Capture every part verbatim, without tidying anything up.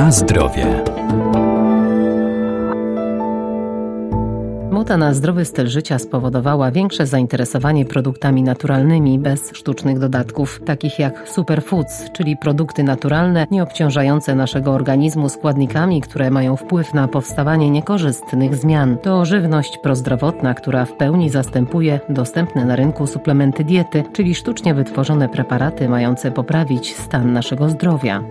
Na zdrowie. Moda na zdrowy styl życia spowodowała większe zainteresowanie produktami naturalnymi bez sztucznych dodatków, takich jak superfoods, czyli produkty naturalne, nieobciążające naszego organizmu składnikami, które mają wpływ na powstawanie niekorzystnych zmian. To żywność prozdrowotna, która w pełni zastępuje dostępne na rynku suplementy diety, czyli sztucznie wytworzone preparaty mające poprawić stan naszego zdrowia.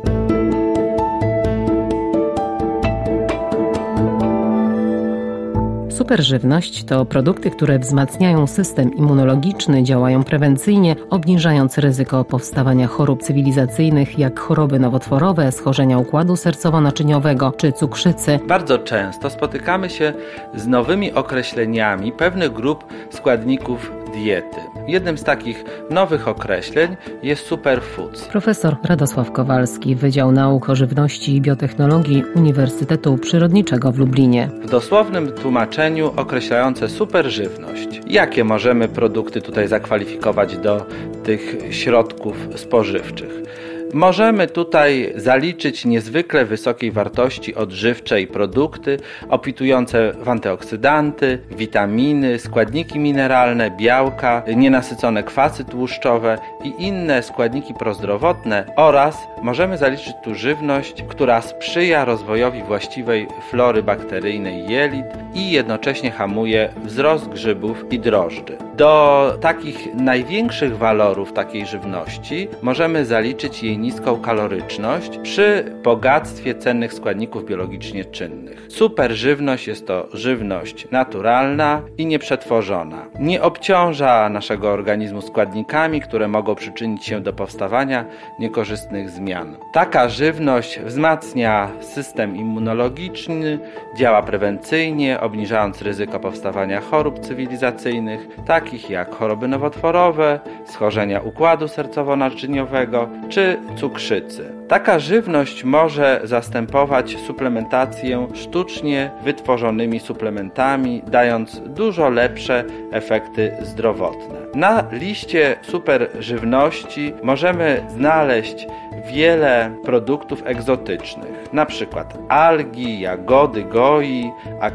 Superżywność to produkty, które wzmacniają system immunologiczny, działają prewencyjnie, obniżając ryzyko powstawania chorób cywilizacyjnych jak choroby nowotworowe, schorzenia układu sercowo-naczyniowego czy cukrzycy. Bardzo często spotykamy się z nowymi określeniami pewnych grup składników diety. Jednym z takich nowych określeń jest superfoods. Profesor Radosław Kowalski, Wydział Nauk o Żywności i Biotechnologii Uniwersytetu Przyrodniczego w Lublinie. W dosłownym tłumaczeniu określające superżywność. Jakie możemy produkty tutaj zakwalifikować do tych środków spożywczych? Możemy tutaj zaliczyć niezwykle wysokiej wartości odżywczej produkty obfitujące w antyoksydanty, witaminy, składniki mineralne, białka, nienasycone kwasy tłuszczowe i inne składniki prozdrowotne oraz możemy zaliczyć tu żywność, która sprzyja rozwojowi właściwej flory bakteryjnej jelit i jednocześnie hamuje wzrost grzybów i drożdży. Do takich największych walorów takiej żywności możemy zaliczyć jej niską kaloryczność przy bogactwie cennych składników biologicznie czynnych. Superżywność jest to żywność naturalna i nieprzetworzona. Nie obciąża naszego organizmu składnikami, które mogą przyczynić się do powstawania niekorzystnych zmian. Taka żywność wzmacnia system immunologiczny, działa prewencyjnie, obniżając ryzyko powstawania chorób cywilizacyjnych, takich jak choroby nowotworowe, schorzenia układu sercowo-naczyniowego czy cukrzycy. Taka żywność może zastępować suplementację sztucznie wytworzonymi suplementami, dając dużo lepsze efekty zdrowotne. Na liście superżywności możemy znaleźć wiele produktów egzotycznych, na przykład algi, jagody goi,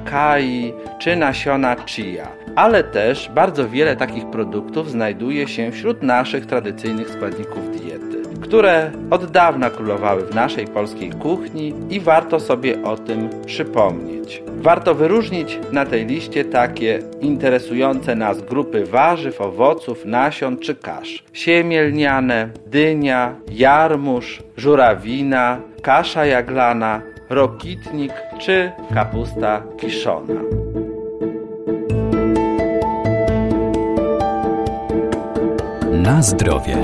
akai czy nasiona chia. Ale też bardzo wiele takich produktów znajduje się wśród naszych tradycyjnych składników diety, które od dawna królowały w naszej polskiej kuchni i warto sobie o tym przypomnieć. Warto wyróżnić na tej liście takie interesujące nas grupy warzyw, owoców, nasion czy kasz. Siemię lniane, dynia, jarmuż, żurawina, kasza jaglana, rokitnik czy kapusta kiszona. Na zdrowie.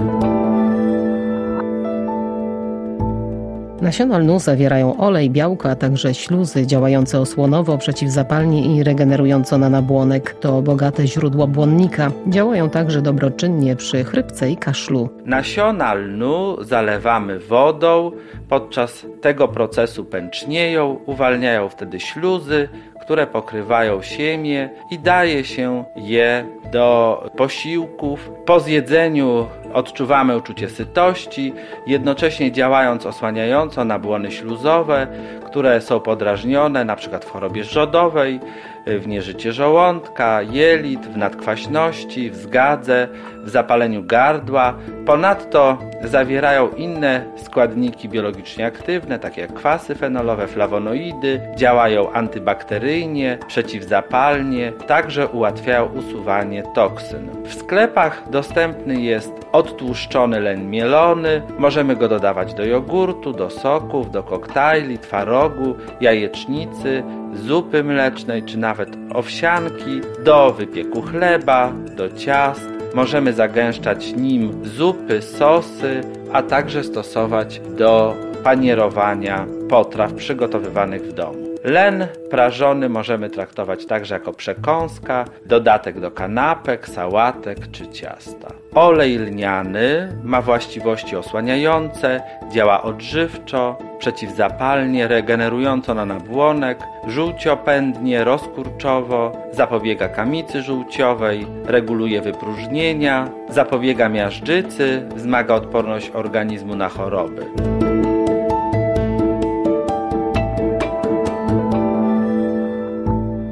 Nasiona lnu zawierają olej, białko, a także śluzy działające osłonowo, przeciwzapalnie i regenerująco na nabłonek. To bogate źródło błonnika. Działają także dobroczynnie przy chrypce i kaszlu. Nasiona lnu zalewamy wodą. Podczas tego procesu pęcznieją, uwalniają wtedy śluzy, które pokrywają siemię i daje się je do posiłków. Po zjedzeniu odczuwamy uczucie sytości, jednocześnie działając osłaniająco na błony śluzowe, które są podrażnione np. w chorobie żołodowej, w nieżycie żołądka, jelit, w nadkwaśności, w zgadze, w zapaleniu gardła. Ponadto zawierają inne składniki biologicznie aktywne, takie jak kwasy fenolowe, flawonoidy, działają antybakteryjnie, przeciwzapalnie, także ułatwiają usuwanie toksyn. W sklepach dostępny jest odtłuszczony len mielony, możemy go dodawać do jogurtu, do soków, do koktajli, twarogu, jajecznicy, zupy mlecznej czy nawet owsianki, do wypieku chleba, do ciast. Możemy zagęszczać nim zupy, sosy, a także stosować do panierowania potraw przygotowywanych w domu. Len prażony możemy traktować także jako przekąska, dodatek do kanapek, sałatek czy ciasta. Olej lniany ma właściwości osłaniające, działa odżywczo, przeciwzapalnie, regenerująco na nabłonek, żółciopędnie, rozkurczowo, zapobiega kamicy żółciowej, reguluje wypróżnienia, zapobiega miażdżycy, wzmaga odporność organizmu na choroby.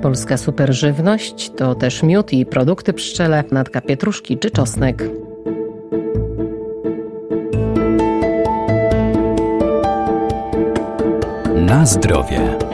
Polska superżywność to też miód i produkty pszczele, natka pietruszki czy czosnek. Na zdrowie.